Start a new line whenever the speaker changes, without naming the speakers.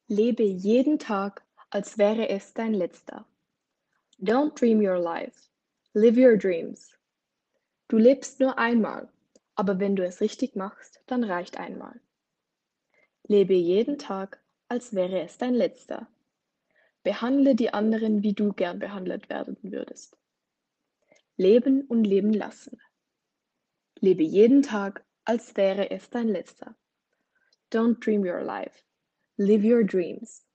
Lebe jeden Tag, als wäre es dein letzter. Don't dream your life. Live your dreams. Du lebst nur einmal, aber wenn du es richtig machst, dann reicht einmal. Lebe jeden Tag, als wäre es dein letzter. Behandle die anderen, wie du gern behandelt werden würdest. Leben und leben lassen. Lebe jeden Tag, als wäre es dein letzter. Don't dream your life. Live your dreams.